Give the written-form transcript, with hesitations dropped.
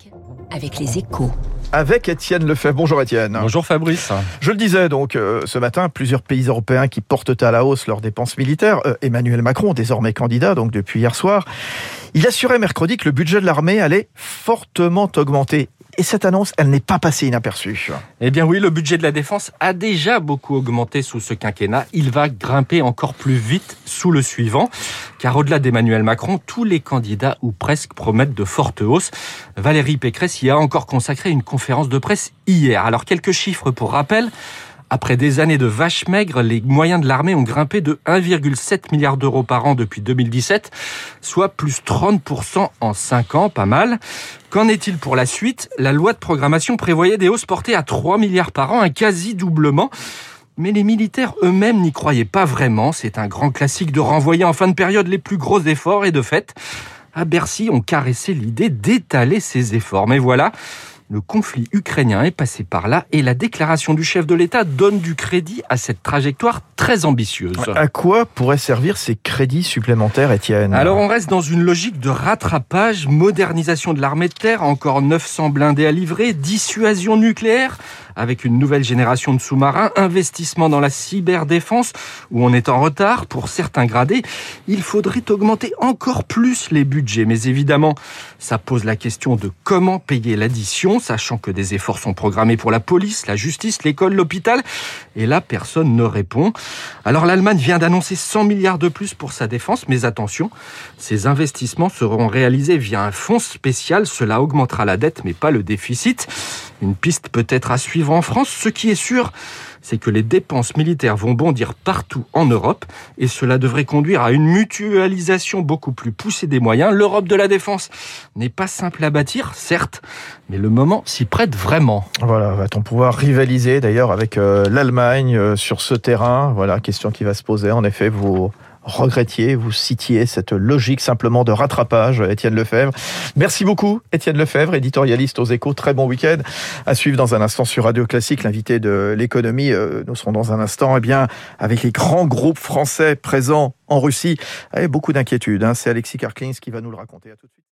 avec les Échos. Avec Étienne Lefebvre. Bonjour Étienne. Bonjour Fabrice. Je le disais donc ce matin, plusieurs pays européens qui portent à la hausse leurs dépenses militaires. Emmanuel Macron, désormais candidat, donc depuis hier soir, il assurait mercredi que le budget de l'armée allait fortement augmenter. Et cette annonce, elle n'est pas passée inaperçue. Eh bien oui, le budget de la défense a déjà beaucoup augmenté sous ce quinquennat. Il va grimper encore plus vite sous le suivant. Car au-delà d'Emmanuel Macron, tous les candidats ou presque promettent de fortes hausses. Valérie Pécresse y a encore consacré une conférence de presse hier. Alors quelques chiffres pour rappel. Après des années de vaches maigres, les moyens de l'armée ont grimpé de 1,7 milliard d'euros par an depuis 2017, soit plus 30% en 5 ans, pas mal. Qu'en est-il pour la suite ? La loi de programmation prévoyait des hausses portées à 3 milliards par an, un quasi-doublement. Mais les militaires eux-mêmes n'y croyaient pas vraiment. C'est un grand classique de renvoyer en fin de période les plus gros efforts. Et de fait, à Bercy, on caressait l'idée d'étaler ces efforts. Mais voilà, le conflit ukrainien est passé par là et la déclaration du chef de l'État donne du crédit à cette trajectoire très ambitieuse. À quoi pourraient servir ces crédits supplémentaires, Étienne ? Alors on reste dans une logique de rattrapage, modernisation de l'armée de terre, encore 900 blindés à livrer, dissuasion nucléaire avec une nouvelle génération de sous-marins, investissement dans la cyberdéfense où on est en retard pour certains gradés. Il faudrait augmenter encore plus les budgets, mais évidemment, ça pose la question de comment payer l'addition, sachant que des efforts sont programmés pour la police, la justice, l'école, l'hôpital, et là, personne ne répond. Alors l'Allemagne vient d'annoncer 100 milliards de plus pour sa défense, mais attention, ces investissements seront réalisés via un fonds spécial, cela augmentera la dette, mais pas le déficit. Une piste peut-être à suivre en France. Ce qui est sûr, c'est que les dépenses militaires vont bondir partout en Europe et cela devrait conduire à une mutualisation beaucoup plus poussée des moyens. L'Europe de la défense n'est pas simple à bâtir, certes, mais le moment s'y prête vraiment. Voilà, va-t-on pouvoir rivaliser d'ailleurs avec l'Allemagne sur ce terrain ? Voilà, question qui va se poser. En effet, vous citiez cette logique simplement de rattrapage, Étienne Lefebvre. Merci beaucoup, Étienne Lefebvre, éditorialiste aux Échos. Très bon week-end. À suivre dans un instant sur Radio Classique, l'invité de l'économie. Nous serons dans un instant avec les grands groupes français présents en Russie. Avec beaucoup d'inquiétudes. C'est Alexis Karklins qui va nous le raconter. À tout de suite.